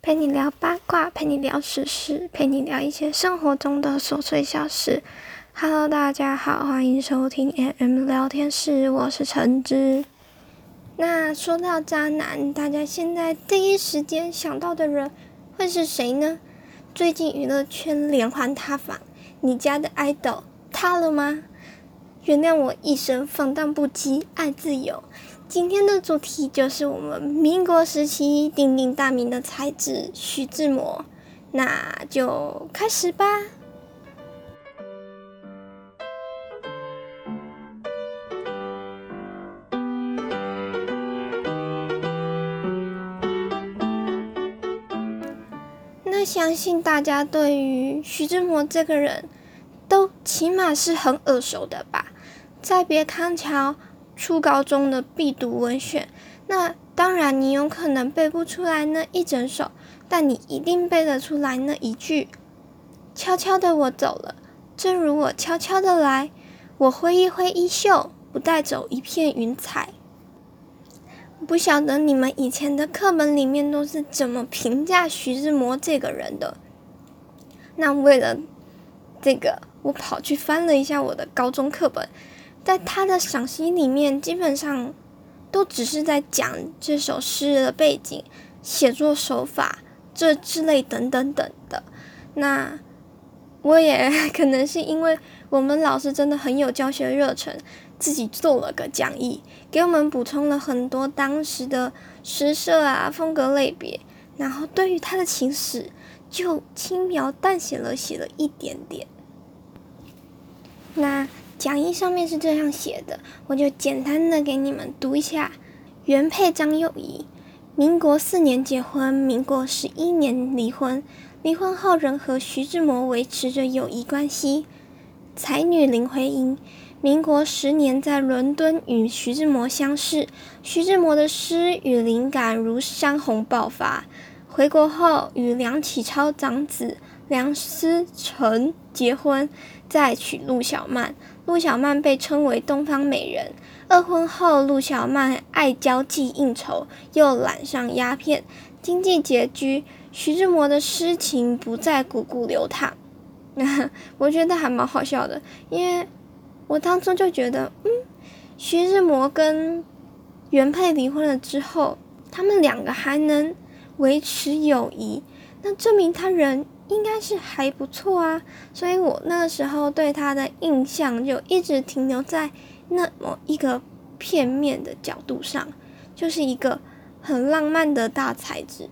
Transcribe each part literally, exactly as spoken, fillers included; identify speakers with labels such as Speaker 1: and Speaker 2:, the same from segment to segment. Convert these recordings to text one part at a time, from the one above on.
Speaker 1: 陪你聊八卦，陪你聊时事，陪你聊一些生活中的琐碎小事。Hello， 大家好，欢迎收听 A M 聊天室，我是陈之。那说到渣男，大家现在第一时间想到的人会是谁呢？最近娱乐圈连环塌房，你家的 idol 塌了吗？原谅我一生放荡不羁，爱自由。今天的主题就是我们民国时期鼎鼎大名的才子徐志摩，那就开始吧。那相信大家对于徐志摩这个人都起码是很耳熟的吧？在别康桥初高中的必读文选，那当然你有可能背不出来那一整首，但你一定背得出来那一句：悄悄的我走了，正如我悄悄的来，我挥一挥衣袖，不带走一片云彩。不晓得你们以前的课本里面都是怎么评价徐志摩这个人的。那为了这个，我跑去翻了一下我的高中课本，在他的赏析里面基本上都只是在讲这首诗的背景、写作手法这之类等等等的。那我也可能是因为我们老师真的很有教学热忱，自己做了个讲义，给我们补充了很多当时的诗社啊、风格类别，然后对于他的情史就轻描淡写了写了一点点。那讲义上面是这样写的，我就简单的给你们读一下。原配张幼仪，民国四年结婚，民国十一年离婚。离婚后仍和徐志摩维持着友谊关系。才女林徽因，民国十年在伦敦与徐志摩相识，徐志摩的诗与灵感如山洪爆发。回国后与梁启超长子梁思成结婚，再娶陆小曼。陆小曼被称为东方美人。二婚后，陆小曼爱交际应酬，又染上鸦片，经济拮据。徐志摩的诗情不再汩汩流淌。我觉得还蛮好笑的，因为我当初就觉得，嗯，徐志摩跟原配离婚了之后，他们两个还能维持友谊，那证明他人应该是还不错啊。所以我那个时候对他的印象就一直停留在那么一个片面的角度上，就是一个很浪漫的大才子。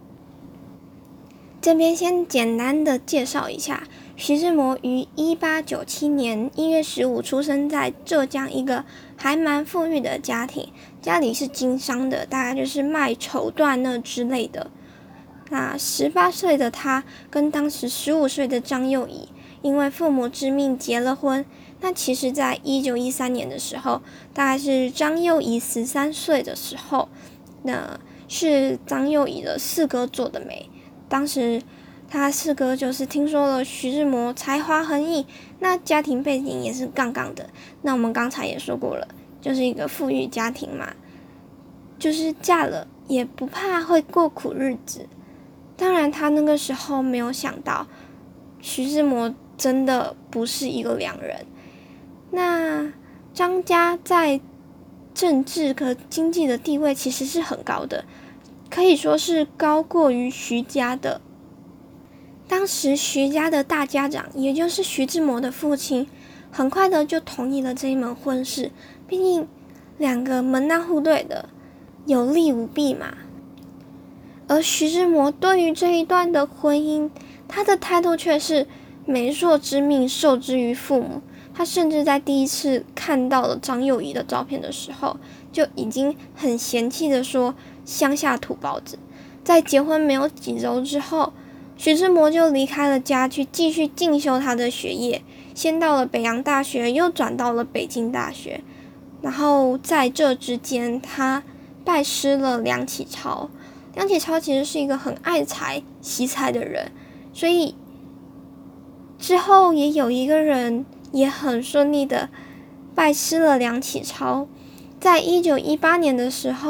Speaker 1: 这边先简单的介绍一下，徐志摩于一八九七年一月十五出生在浙江一个还蛮富裕的家庭，家里是经商的，大概就是卖绸缎那之类的。那十八岁的他跟当时十五岁的张幼仪因为父母之命结了婚。那其实在一九一三年的时候，大概是张幼仪十三岁的时候，那是张幼仪的四哥做的媒。当时他四哥就是听说了徐志摩才华横溢，那家庭背景也是杠杠的。那我们刚才也说过了，就是一个富裕家庭嘛，就是嫁了也不怕会过苦日子。当然他那个时候没有想到徐志摩真的不是一个良人。那张家在政治和经济的地位其实是很高的，可以说是高过于徐家的。当时徐家的大家长，也就是徐志摩的父亲，很快的就同意了这一门婚事，毕竟两个门当户对的，有利无弊嘛。而徐志摩对于这一段的婚姻，他的态度却是媒妁之命，受之于父母。他甚至在第一次看到了张幼仪的照片的时候，就已经很嫌弃的说乡下土包子。在结婚没有几周之后，徐志摩就离开了家去继续进修他的学业，先到了北洋大学，又转到了北京大学。然后在这之间，他拜师了梁启超。梁启超其实是一个很爱才惜才的人，所以之后也有一个人也很顺利的拜师了梁启超。在一九一八年的时候，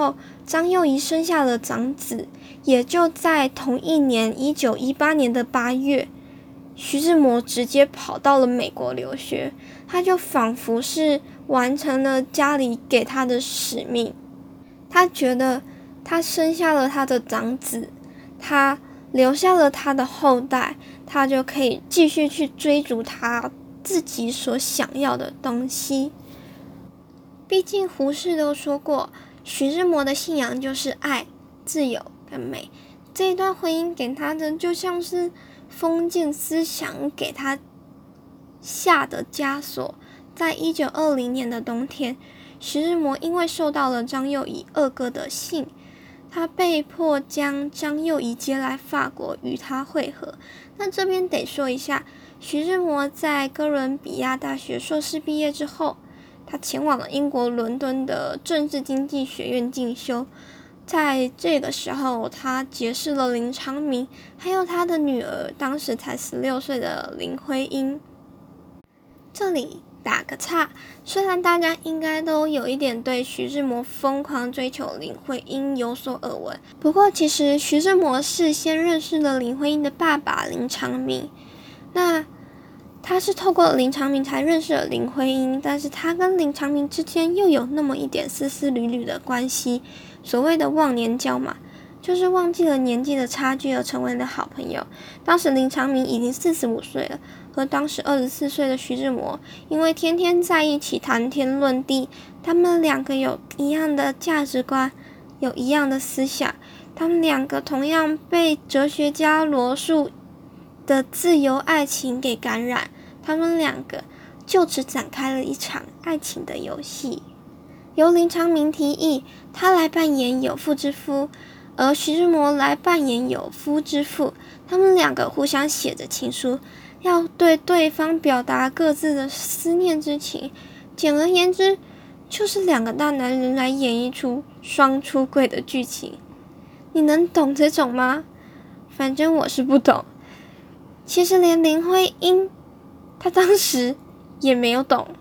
Speaker 1: 张幼仪生下了长子。也就在同一年一九一八年的八月，徐志摩直接跑到了美国留学，他就仿佛是完成了家里给他的使命。他觉得他生下了他的长子，他留下了他的后代，他就可以继续去追逐他自己所想要的东西。毕竟胡适都说过，徐志摩的信仰就是爱、自由跟美。这一段婚姻给他的就像是封建思想给他下的枷锁。在一九二零年的冬天，徐志摩因为受到了张幼仪二哥的信，他被迫将张幼仪接来法国与他会合。那这边得说一下，徐志摩在哥伦比亚大学硕士毕业之后，他前往了英国伦敦的政治经济学院进修。在这个时候，他结识了林长民，还有他的女儿，当时才十六岁的林徽因。这里打个岔，虽然大家应该都有一点对徐志摩疯狂追求林徽因有所耳闻，不过其实徐志摩是先认识了林徽因的爸爸林长民。那他是透过林长民才认识了林徽因，但是他跟林长民之间又有那么一点丝丝缕缕的关系。所谓的忘年交嘛，就是忘记了年纪的差距而成为了好朋友。当时林长民已经四十五岁了，和当时二十四岁的徐志摩因为天天在一起谈天论地，他们两个有一样的价值观，有一样的思想，他们两个同样被哲学家罗素的自由爱情给感染，他们两个就此展开了一场爱情的游戏。由林长民提议，他来扮演有妇之夫，而徐志摩来扮演有夫之妇。他们两个互相写着情书，要对对方表达各自的思念之情。简而言之，就是两个大男人来演一出双出柜的剧情。你能懂这种吗？反正我是不懂。其实连林徽因，她当时也没有懂。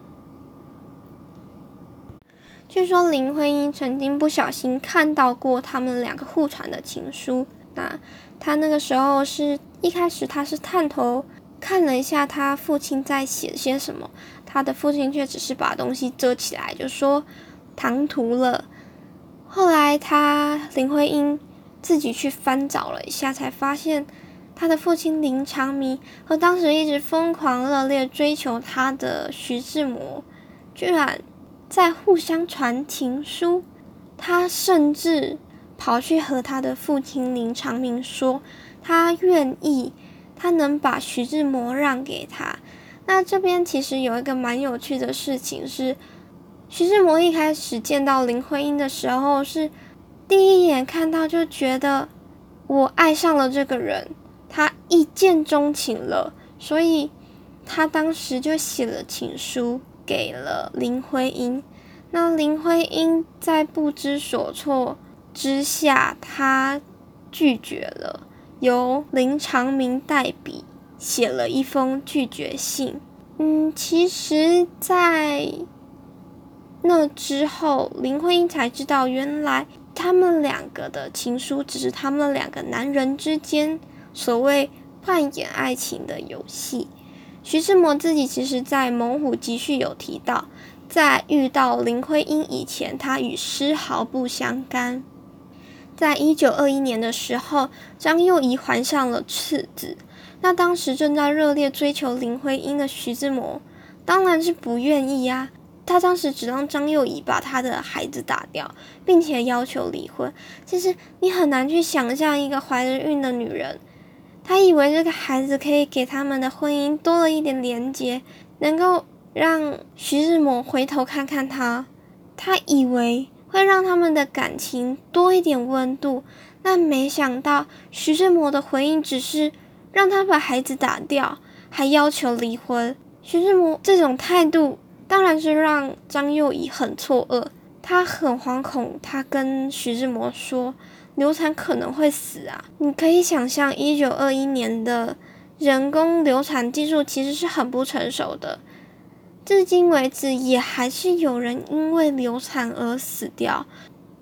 Speaker 1: 据说林徽因曾经不小心看到过他们两个互传的情书，那他那个时候是一开始他是探头看了一下他父亲在写些什么，他的父亲却只是把东西遮起来，就说唐突了。后来他林徽因自己去翻找了一下，才发现他的父亲林长民和当时一直疯狂热烈追求他的徐志摩居然在互相传情书。他甚至跑去和他的父亲林长民说，他愿意，他能把徐志摩让给他。那这边其实有一个蛮有趣的事情是，徐志摩一开始见到林徽因的时候，是第一眼看到就觉得我爱上了这个人，他一见钟情了，所以他当时就写了情书给了林徽因。那林徽因在不知所措之下，他拒绝了，由林长民代笔写了一封拒绝信。嗯，其实在那之后，林徽因才知道，原来他们两个的情书只是他们两个男人之间所谓扮演爱情的游戏。徐志摩自己其实在《猛虎集序》有提到，在遇到林徽因以前，他与丝毫不相干。在一九二一年的时候，张幼仪怀上了次子，那当时正在热烈追求林徽因的徐志摩当然是不愿意啊，他当时只让张幼仪把他的孩子打掉，并且要求离婚。其实你很难去想象一个怀着孕的女人，她以为这个孩子可以给他们的婚姻多了一点连结，能够让徐志摩回头看看他，他以为会让他们的感情多一点温度，但没想到徐志摩的回应只是让他把孩子打掉，还要求离婚。徐志摩这种态度当然是让张幼仪很错愕，他很惶恐，他跟徐志摩说流产可能会死啊。你可以想象一九二一年的人工流产技术其实是很不成熟的，至今为止也还是有人因为流产而死掉。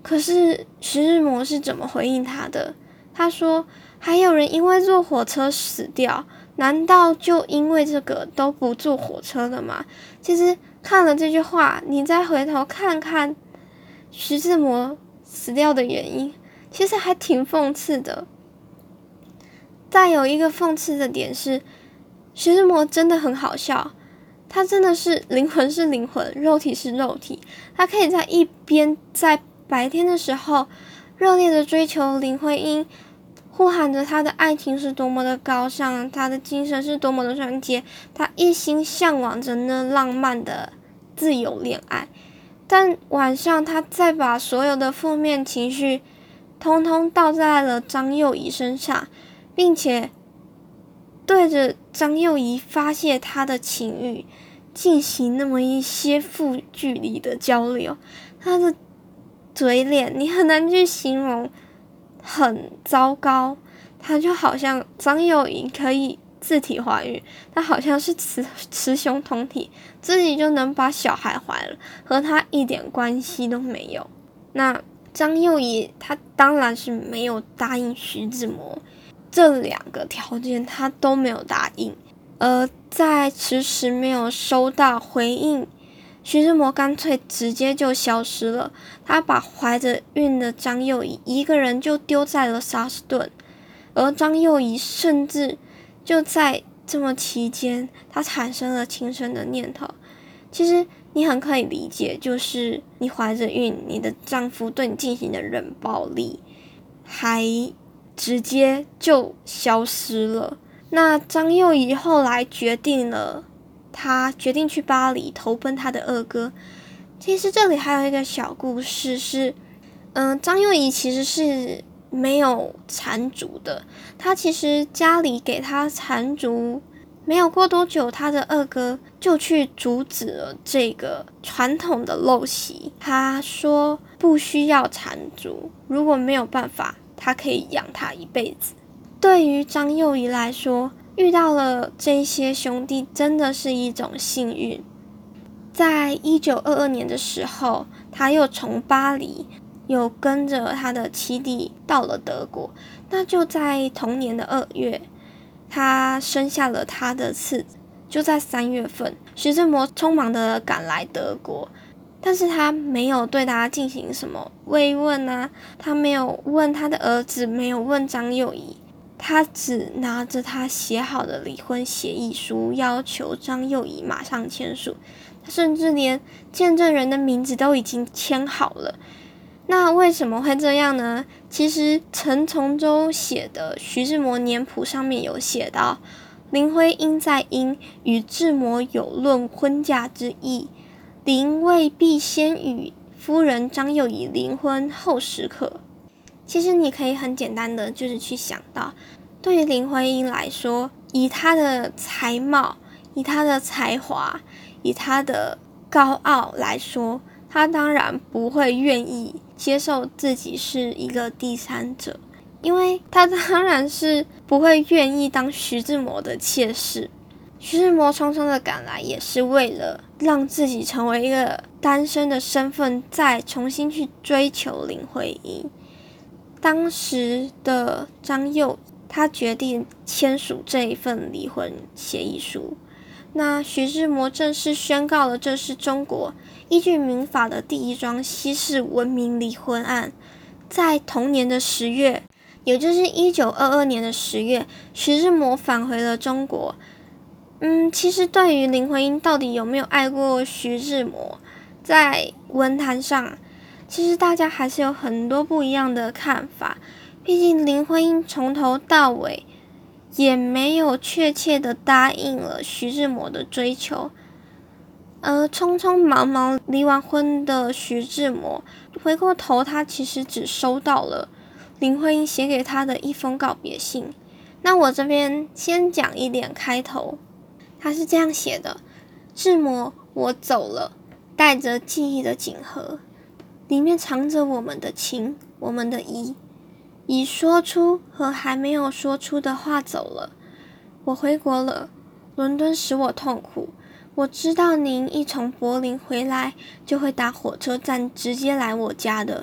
Speaker 1: 可是徐志摩是怎么回应他的？他说，还有人因为坐火车死掉，难道就因为这个都不坐火车了吗？其实看了这句话，你再回头看看徐志摩死掉的原因，其实还挺讽刺的。再有一个讽刺的点是，徐志摩真的很好笑，他真的是灵魂是灵魂，肉体是肉体，他可以在一边在白天的时候热烈的追求林徽因，呼喊着他的爱情是多么的高尚，他的精神是多么的纯洁，他一心向往着那浪漫的自由恋爱。但晚上他再把所有的负面情绪通通倒在了张幼仪身上，并且对着张幼仪发泄他的情欲，进行那么一些负距离的交流。他的嘴脸你很难去形容，很糟糕。他就好像张幼仪可以自体怀孕，他好像是雌雌雄同体，自己就能把小孩怀了，和他一点关系都没有。那张幼仪他当然是没有答应徐志摩，这两个条件他都没有答应。而在迟迟没有收到回应，徐志摩干脆直接就消失了。他把怀着孕的张幼仪一个人就丢在了沙士顿，而张幼仪甚至就在这么期间，她产生了轻生的念头。其实你很可以理解，就是你怀着孕，你的丈夫对你进行的冷暴力，还直接就消失了。那张幼仪后来决定了，她决定去巴黎投奔她的二哥。其实这里还有一个小故事是，嗯、呃，张幼仪其实是没有缠足的，她其实家里给她缠足，没有过多久，她的二哥就去阻止了这个传统的陋习。他说不需要缠足，如果没有办法，他可以养她一辈子。对于张幼仪来说，遇到了这些兄弟真的是一种幸运。在一九二二年的时候，他又从巴黎又跟着他的妻弟到了德国。那就在同年的二月，他生下了他的次子。就在三月份，徐志摩匆忙的赶来德国，但是他没有对他进行什么慰问啊，他没有问他的儿子，没有问张幼仪，他只拿着他写好的离婚协议书，要求张幼仪马上签署。他甚至连见证人的名字都已经签好了。那为什么会这样呢？其实陈从周写的《徐志摩年谱》上面有写到，林徽因在因与志摩有论婚嫁之意，林未必先与夫人张幼仪离婚后时可。其实你可以很简单的就是去想到，对于林徽因来说，以她的才貌，以她的才华，以她的高傲来说，她当然不会愿意接受自己是一个第三者，因为她当然是不会愿意当徐志摩的妾室。徐志摩匆匆的赶来，也是为了让自己成为一个单身的身份，再重新去追求林徽因。当时的张幼，他决定签署这一份离婚协议书。那徐志摩正式宣告了这是中国依据民法的第一桩西式文明离婚案。在同年的十月，也就是一九二二年的十月，徐志摩返回了中国。嗯，其实对于林徽因到底有没有爱过徐志摩，在文坛上其实大家还是有很多不一样的看法。毕竟林徽因从头到尾也没有确切的答应了徐志摩的追求，而匆匆忙忙离完婚的徐志摩，回过头他其实只收到了林徽因写给他的一封告别信。那我这边先讲一点开头，他是这样写的：志摩，我走了，带着记忆的锦盒，里面藏着我们的情，我们的谊，已说出和还没有说出的话走了。我回国了，伦敦使我痛苦。我知道您一从柏林回来，就会打火车站直接来我家的。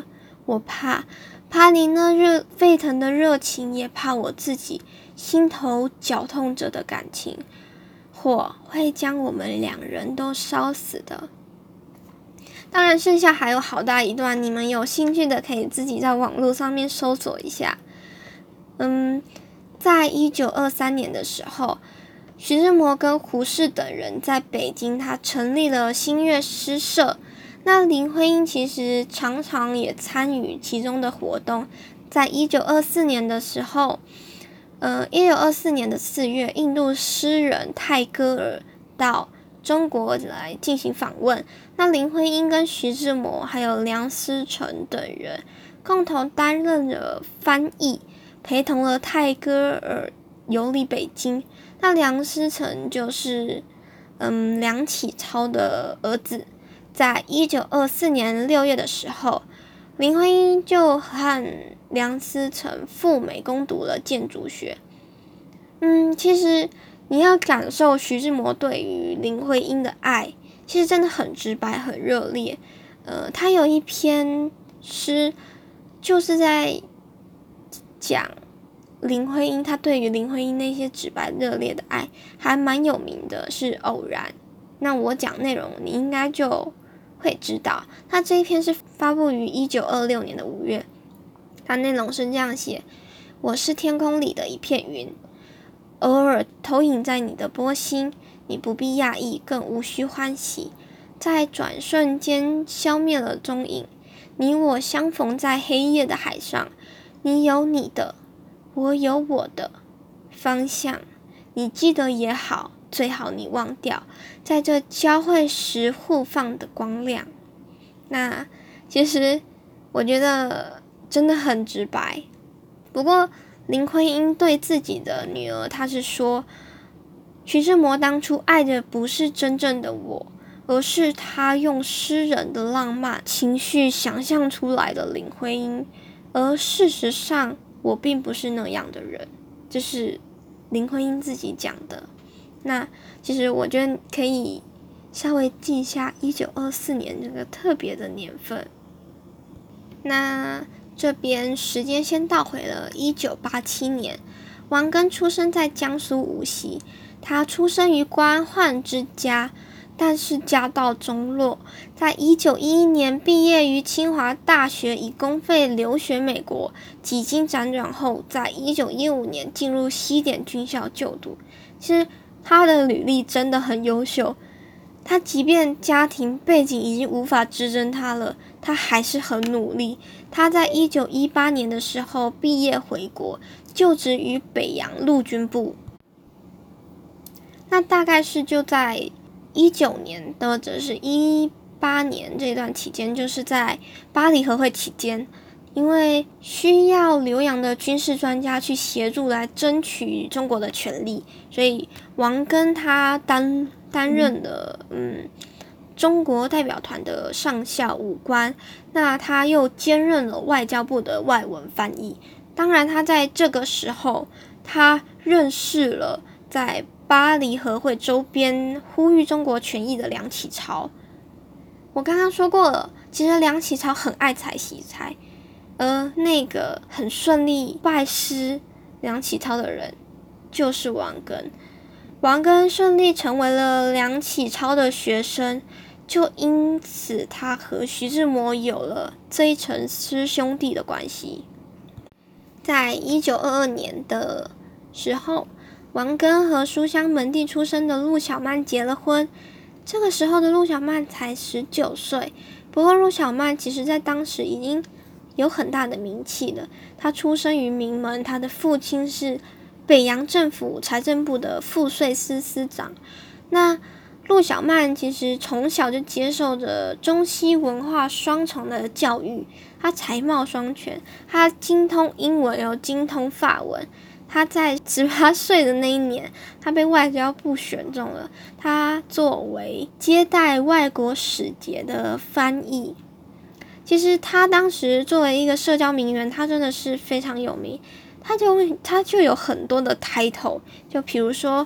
Speaker 1: 我怕，怕你那热沸腾的热情，也怕我自己心头绞痛着的感情，火会将我们两人都烧死的。当然剩下还有好大一段，你们有兴趣的可以自己在网络上面搜索一下。嗯，在一九二三年的时候，徐志摩跟胡适等人在北京他成立了新乐诗社，那林徽因其实常常也参与其中的活动。在一九二四年的时候，呃一九二四年的四月，印度诗人泰戈尔到中国来进行访问，那林徽因跟徐志摩还有梁思成等人共同担任了翻译，陪同了泰戈尔游历北京。那梁思成就是嗯梁启超的儿子。在一九二四年六月的时候，林徽因就和梁思成赴美攻读了建筑学。嗯，其实你要感受徐志摩对于林徽因的爱，其实真的很直白很热烈。呃，他有一篇诗就是在讲林徽因，他对于林徽因那些直白热烈的爱还蛮有名的，是偶然。那我讲内容你应该就会知道，他这一篇是发布于一九二六年的五月，他内容是这样写：我是天空里的一片云，偶尔投影在你的波心，你不必讶异，更无需欢喜，在转瞬间消灭了踪影。你我相逢在黑夜的海上，你有你的，我有我的方向，你记得也好，最好你忘掉，在这交汇时互放的光亮。那其实我觉得真的很直白，不过林徽因对自己的女儿，她是说，徐志摩当初爱的不是真正的我，而是他用诗人的浪漫情绪想象出来的林徽因，而事实上我并不是那样的人，这是林徽因自己讲的。那其实我觉得可以稍微记一下一九二四年这个特别的年份。那这边时间先倒回了一九八七年，王根出生在江苏无锡，他出生于官宦之家，但是家道中落。在一九一一年毕业于清华大学，以公费留学美国，几经辗转后，在一九一五年进入西点军校就读。其实他的履历真的很优秀，他即便家庭背景已经无法支撑他了，他还是很努力。他在一九一八年的时候毕业回国，就职于北洋陆军部。那大概是就在一九年或者是一八年这段期间，就是在巴黎和会期间，因为需要留洋的军事专家去协助来争取中国的权利，所以王根他担担任了嗯中国代表团的上校武官，那他又兼任了外交部的外文翻译。当然他在这个时候他认识了在巴黎和会周边呼吁中国权益的梁启超。我刚刚说过了，其实梁启超很爱才惜才，而那个很顺利拜师梁启超的人就是王根。王根顺利成为了梁启超的学生，就因此他和徐志摩有了这一层师兄弟的关系。在一九二二年的时候，王根和书香门第出身的陆小曼结了婚。这个时候的陆小曼才十九岁，不过陆小曼其实在当时已经有很大的名气了。她出生于名门，她的父亲是北洋政府财政部的赋税司司长。那陆小曼其实从小就接受着中西文化双重的教育，她才貌双全，她精通英文又精通法文。他在十八岁的那一年，他被外交部选中了，他作为接待外国使节的翻译。其实他当时作为一个社交名媛，他真的是非常有名，他就他就有很多的 title， 就比如说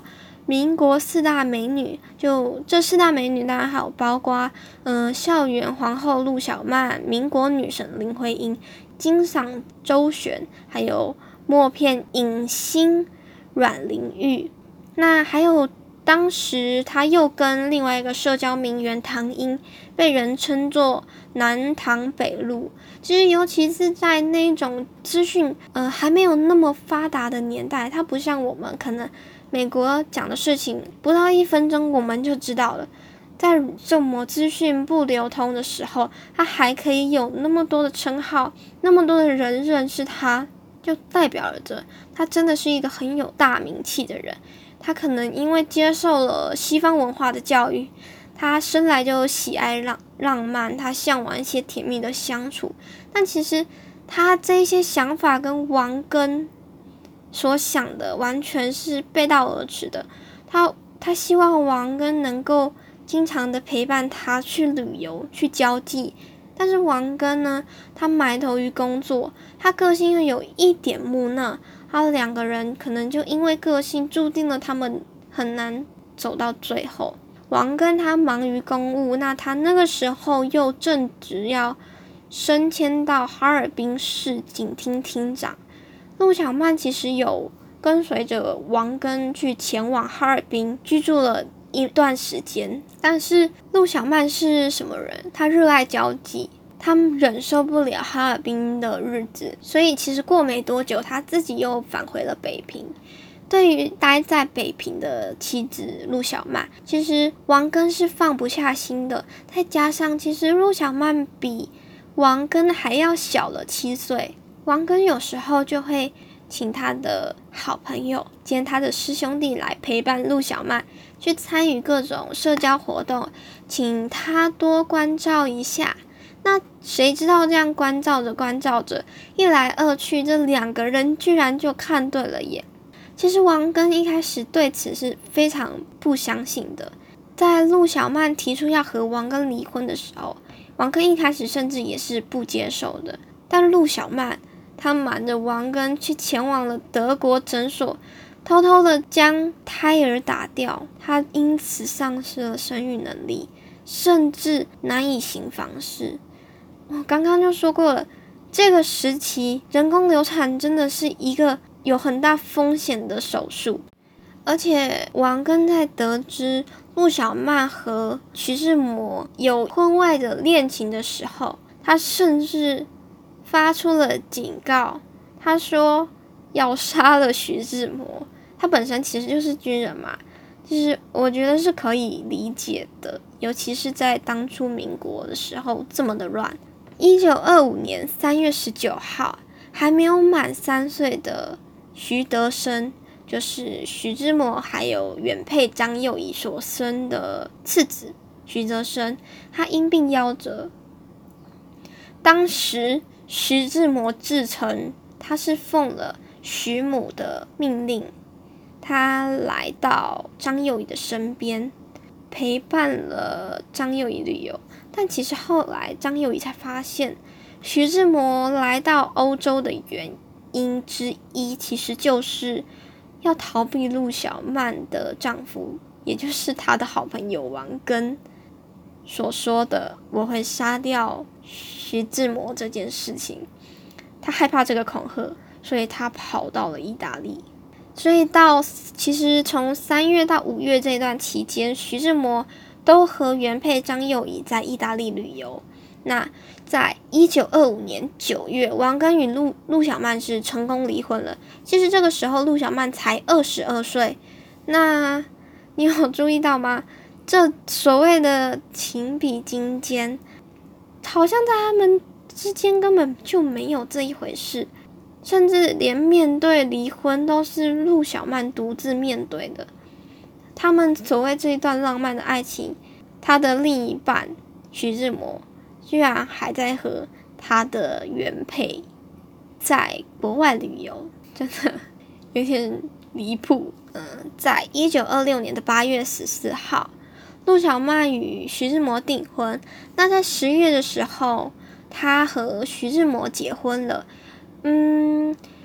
Speaker 1: 民国四大美女，就这四大美女当然还有包括，嗯、呃，校园皇后陆小曼、民国女神林徽因、金嗓周璇，还有默片影星阮玲玉。那还有当时他又跟另外一个社交名媛唐英，被人称作南唐北陆。其实尤其是在那种资讯呃还没有那么发达的年代，它不像我们可能美国讲的事情不到一分钟我们就知道了。在这么资讯不流通的时候，他还可以有那么多的称号，那么多的人认识他，就代表着他真的是一个很有大名气的人。他可能因为接受了西方文化的教育，他生来就喜爱浪浪漫，他向往一些甜蜜的相处。但其实他这些想法跟王根所想的完全是背道而驰的。他他希望王根能够经常的陪伴他去旅游去交际，但是王根呢，他埋头于工作，他个性又有一点木讷，他的两个人可能就因为个性注定了他们很难走到最后。王根他忙于公务，那他那个时候又正值要升迁到哈尔滨市警厅厅长。陆小曼其实有跟随着王根去前往哈尔滨居住了一段时间，但是陆小曼是什么人？她热爱交际，她忍受不了哈尔滨的日子，所以其实过没多久，她自己又返回了北平。对于待在北平的妻子陆小曼，其实王根是放不下心的。再加上其实陆小曼比王根还要小了七岁，王根有时候就会请他的好朋友兼他的师兄弟来陪伴陆小曼去参与各种社交活动，请他多关照一下。那谁知道这样关照着关照着，一来二去，这两个人居然就看对了眼。其实王根一开始对此是非常不相信的，在陆小曼提出要和王根离婚的时候，王根一开始甚至也是不接受的。但陆小曼她瞒着王根去前往了德国诊所，偷偷的将胎儿打掉，她因此丧失了生育能力，甚至难以行房事。我刚刚就说过了，这个时期人工流产真的是一个有很大风险的手术。而且王根在得知陆小曼和徐志摩有婚外的恋情的时候，他甚至发出了警告，他说要杀了徐志摩。他本身其实就是军人嘛，其实我觉得是可以理解的，尤其是在当初民国的时候这么的乱。一九二五年三月十九号，还没有满三岁的徐德生，就是徐志摩还有原配张幼仪所生的次子徐德生，他因病夭折。当时徐志摩自称他是奉了徐母的命令，他来到张幼仪的身边，陪伴了张幼仪旅游。但其实后来张幼仪才发现，徐志摩来到欧洲的原因之一，其实就是要逃避陆小曼的丈夫，也就是他的好朋友王根所说的我会杀掉徐志摩这件事情。他害怕这个恐吓，所以他跑到了意大利。所以到其实从三月到五月这段期间，徐志摩都和原配张幼仪在意大利旅游。那在一九二五年九月，王根与陆陆小曼是成功离婚了。其实这个时候陆小曼才二十二岁。那你有注意到吗？这所谓的情比金坚，好像在他们之间根本就没有这一回事，甚至连面对离婚都是陆小曼独自面对的。他们所谓这一段浪漫的爱情，他的另一半徐志摩居然还在和他的原配在国外旅游，真的有点离谱。嗯，在一九二六年的八月十四号，陆小曼与徐志摩订婚。那在十月的时候，他和徐志摩结婚了。嗯，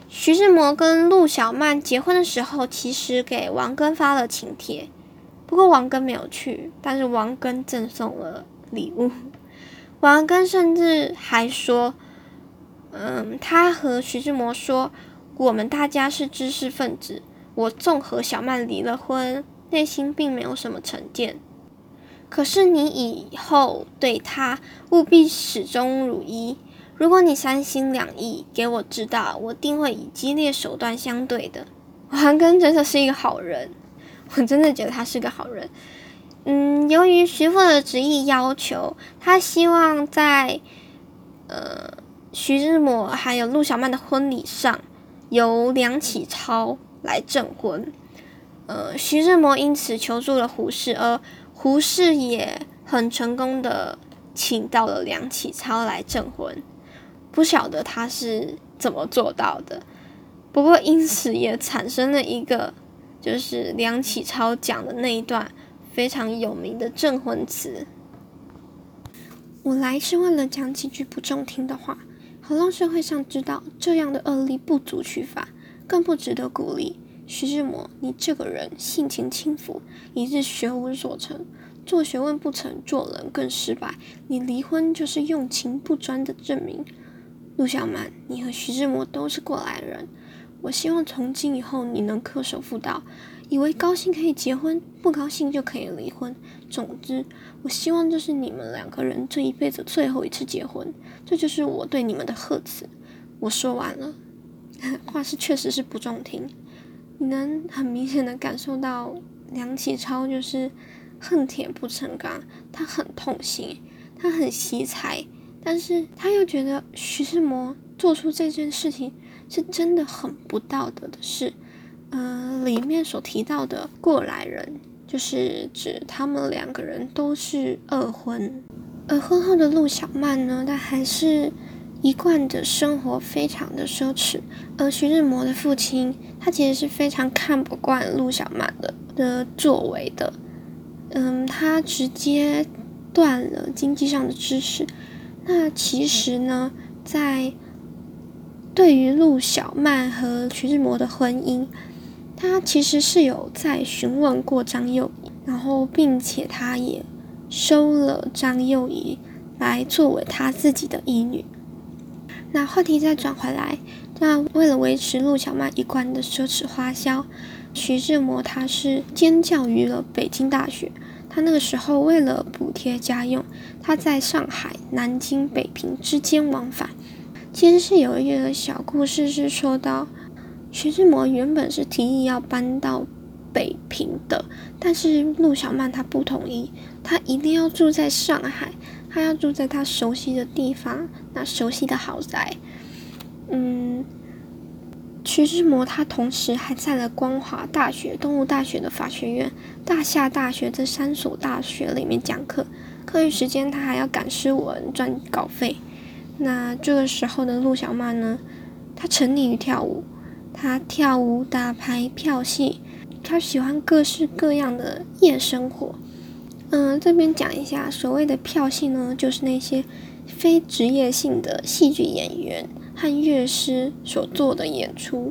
Speaker 1: 徐志摩跟陆小曼结婚的时候，其实给王根发了请帖，不过王根没有去，但是王根赠送了礼物。王根甚至还说，嗯，他和徐志摩说，我们大家是知识分子，我纵和小曼离了婚，内心并没有什么成见。可是你以后对他务必始终如一，如果你三心两意，给我知道，我定会以激烈手段相对的。王根真的是一个好人，我真的觉得他是个好人。嗯，由于徐父的执意要求，他希望在呃徐志摩还有陆小曼的婚礼上由梁启超来证婚。呃，徐志摩因此求助了胡适，而胡适也很成功的请到了梁启超来证婚。不晓得他是怎么做到的，不过因此也产生了一个就是梁启超讲的那一段非常有名的证婚词。我来是为了讲几句不中听的话，好让社会上知道这样的恶例不足取法，更不值得鼓励。徐志摩，你这个人性情轻浮，以致学无所成，做学问不成，做人更失败。你离婚就是用情不专的证明。陆小曼，你和徐志摩都是过来人，我希望从今以后你能恪守妇道，以为高兴可以结婚，不高兴就可以离婚。总之，我希望这是你们两个人这一辈子最后一次结婚，这就是我对你们的贺词。我说完了，话是确实是不中听，你能很明显的感受到梁启超就是恨铁不成钢，他很痛心，他很惜才，但是他又觉得徐志摩做出这件事情是真的很不道德的事。呃，里面所提到的过来人，就是指他们两个人都是二婚。而婚后的陆小曼呢，她还是一贯的生活非常的奢侈。而徐志摩的父亲，他其实是非常看不惯陆小曼的的作为的。嗯，他直接断了经济上的支持。那其实呢，在对于陆小曼和徐志摩的婚姻，他其实是有在询问过张幼仪，然后并且他也收了张幼仪来作为他自己的义女。那话题再转回来，那为了维持陆小曼一贯的奢侈花销，徐志摩他是兼教于了北京大学。他那个时候为了补贴家用，他在上海、南京、北平之间往返。其实是有一个小故事是说到，徐志摩原本是提议要搬到北平的，但是陆小曼他不同意，他一定要住在上海，他要住在他熟悉的地方，那熟悉的豪宅。嗯，徐志摩他同时还在了光华大学、东吴大学的法学院、大夏大学这三所大学里面讲课，课余时间他还要赶诗文赚稿费。那这个时候的陆小曼呢，她沉溺于跳舞，她跳舞、打牌、票戏，她喜欢各式各样的夜生活。嗯，这边讲一下，所谓的票戏呢，就是那些非职业性的戏剧演员和乐师所做的演出。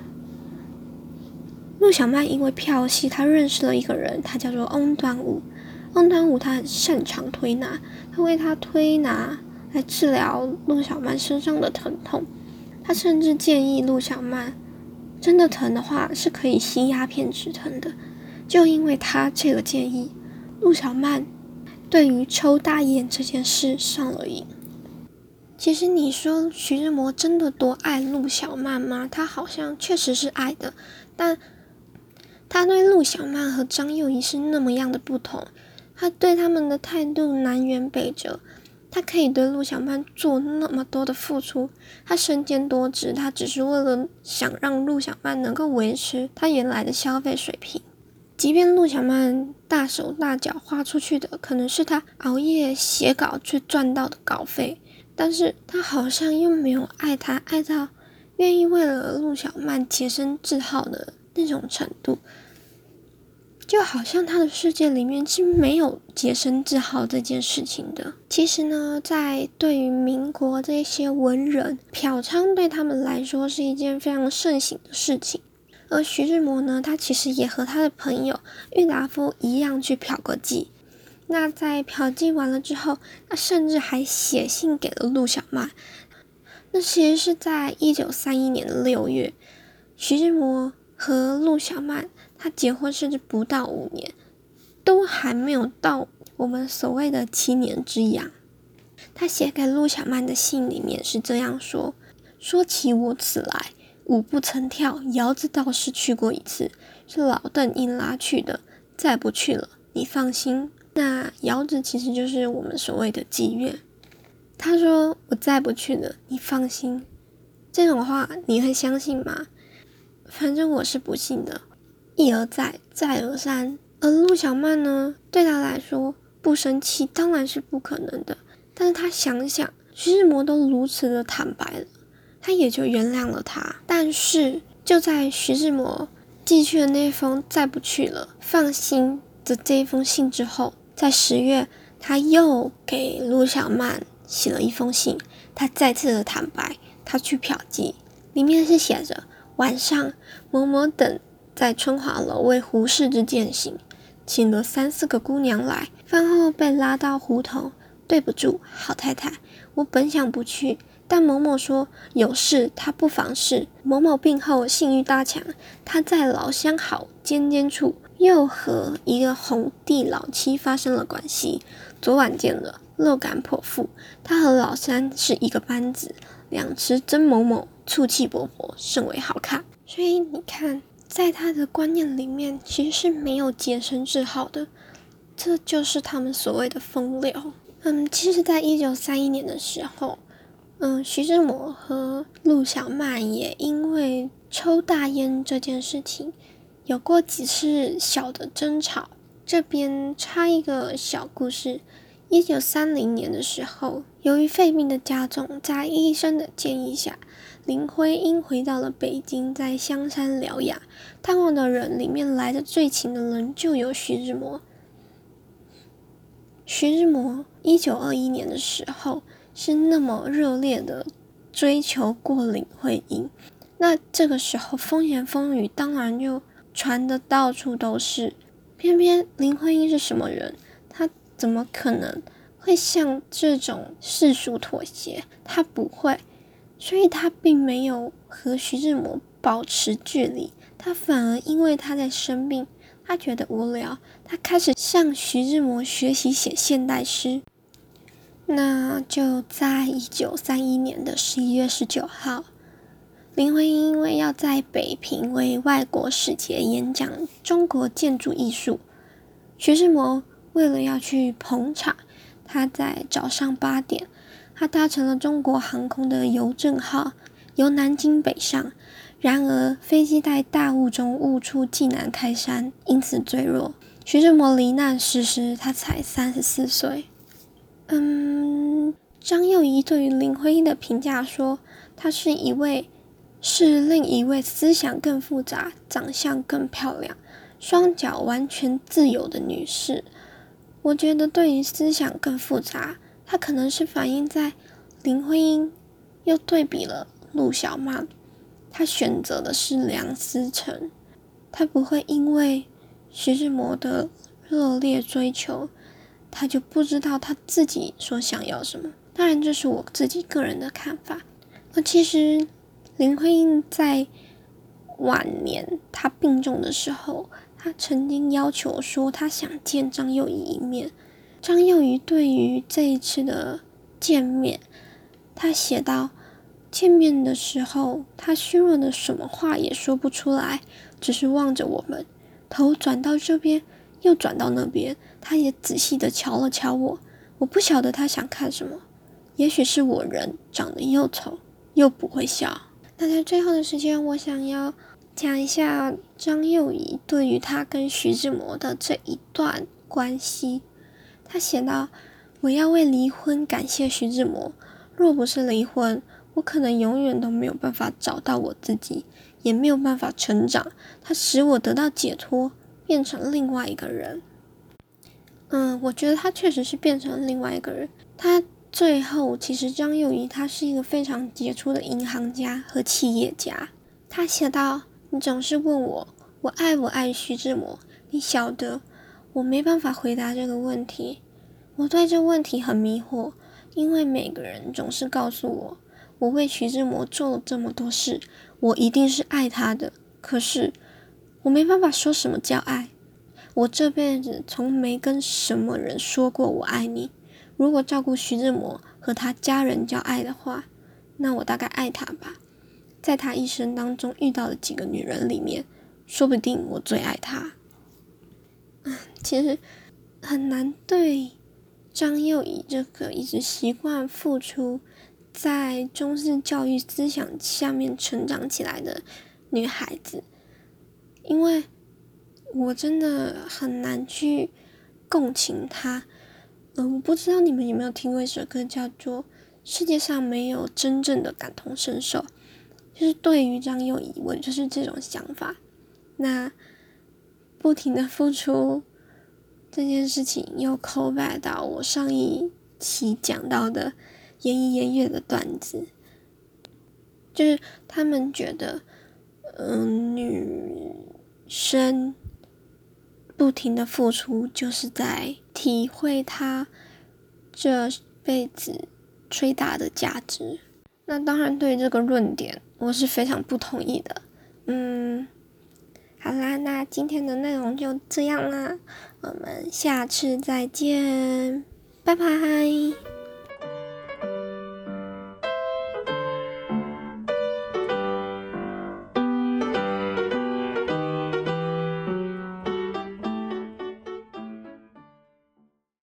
Speaker 1: 陆小曼因为票戏，她认识了一个人，他叫做翁端午。翁端午他很擅长推拿，他为他推拿来治疗陆小曼身上的疼痛。他甚至建议陆小曼，真的疼的话是可以吸鸦片止疼的。就因为他这个建议，陆小曼对于抽大烟这件事上了瘾。其实你说徐志摩真的多爱陆小曼吗？他好像确实是爱的，但他对陆小曼和张幼仪是那么样的不同，他对他们的态度南辕北辙。他可以对陆小曼做那么多的付出，他身兼多职，他只是为了想让陆小曼能够维持他原来的消费水平。即便陆小曼大手大脚花出去的可能是他熬夜写稿去赚到的稿费，但是他好像又没有爱他爱到愿意为了陆小曼洁身自好的那种程度。 就好像他的世界里面是没有洁身自好这件事情的。其实呢，在对于民国这些文人，嫖娼对他们来说是一件非常盛行的事情。而徐志摩呢，他其实也和他的朋友郁达夫一样去嫖过妓。那在嫖妓完了之后，他甚至还写信给了陆小曼。那其实是在一九三一年的六月，徐志摩和陆小曼他结婚甚至不到五年，都还没有到我们所谓的七年之痒。他写给陆小曼的信里面是这样说：说起我此来，舞不曾跳，窑子倒是去过一次，是老邓硬拉去的，再不去了，你放心。那窑子其实就是我们所谓的妓院。他说我再不去了，你放心。这种话你会相信吗？反正我是不信的。一而再，再而三。而陆小曼呢，对他来说不生气当然是不可能的，但是他想想徐志摩都如此的坦白了，他也就原谅了他。但是就在徐志摩寄去的那封再不去了，放心的这一封信之后，在十月他又给陆小曼写了一封信，他再次的坦白他去嫖妓，里面是写着晚上某某等在春华楼为胡适之饯行，请了三四个姑娘来，饭后被拉到胡同，对不住好太太，我本想不去，但某某说有事他不妨事，某某病后性欲大强，他在老相好尖尖处又和一个红地老妻发生了关系，昨晚见了，肉感颇富，他和老三是一个班子，两池曾某某醋气勃勃，甚为好看。所以你看，在他的观念里面其实是没有洁身自好的，这就是他们所谓的风流。嗯，其实在一九三一年的时候，嗯，徐志摩和陆小曼也因为抽大烟这件事情有过几次小的争吵。这边插一个小故事，一九三零年的时候，由于肺病的加重，在医生的建议下，林徽因回到了北京，在香山疗养。探望的人里面来的最勤的人就有徐志摩。徐志摩一九二一年的时候是那么热烈的追求过林徽因，那这个时候风言风语当然就传得到处都是。偏偏林徽因是什么人？她怎么可能会向这种世俗妥协？她不会，所以她并没有和徐志摩保持距离，她反而因为他在生病，他觉得无聊，他开始向徐志摩学习写现代诗。那就在一九三一年的十一月十九号，林徽因因为要在北平为外国使节演讲中国建筑艺术，徐志摩为了要去捧场，他在早上八点，他搭乘了中国航空的邮政号，由南京北上。然而飞机在大雾中误触济南开山，因此坠落。徐志摩罹难时时他才三十四岁。嗯，张幼仪对于林徽因的评价说，她是一位是另一位思想更复杂、长相更漂亮、双脚完全自由的女士。我觉得对于思想更复杂，它可能是反映在林徽因又对比了陆小曼，她选择的是梁思成，她不会因为徐志摩的热烈追求，她就不知道她自己所想要什么。当然这是我自己个人的看法。而其实林徽因在晚年她病重的时候，她曾经要求说她想见张幼仪一面。张幼仪对于这一次的见面，她写道，见面的时候她虚弱的什么话也说不出来，只是望着我们，头转到这边又转到那边，她也仔细的瞧了瞧我，我不晓得她想看什么，也许是我人长得又丑又不会笑。那在最后的时间，我想要讲一下张幼仪对于她跟徐志摩的这一段关系。她写道，我要为离婚感谢徐志摩，若不是离婚，我可能永远都没有办法找到我自己，也没有办法成长。它使我得到解脱， 变成另外一个人。嗯，我觉得他确实是变成另外一个人。他最后其实张幼仪他是一个非常杰出的银行家和企业家。他写道：你总是问我我爱不爱徐志摩，你晓得我没办法回答这个问题。我对这问题很迷惑，因为每个人总是告诉我，我为徐志摩做了这么多事，我一定是爱他的。可是我没办法说什么叫爱。我这辈子从没跟什么人说过我爱你。如果照顾徐志摩和他家人叫爱的话，那我大概爱他吧。在他一生当中遇到的几个女人里面，说不定我最爱他。其实很难对张幼仪这个一直习惯付出，在中式教育思想下面成长起来的女孩子，因为我真的很难去共情她。呃，我不知道你们有没有听过一首歌叫做《世界上没有真正的感同身受》，就是对于张幼仪我就是这种想法。那不停的付出这件事情又 call back 到我上一期讲到的言一言月的段子，就是他们觉得嗯，女生不停的付出就是在体会她这辈子最大的价值。那当然对于这个论点我是非常不同意的。嗯，好啦，那今天的内容就这样啦，我们下次再见，拜拜。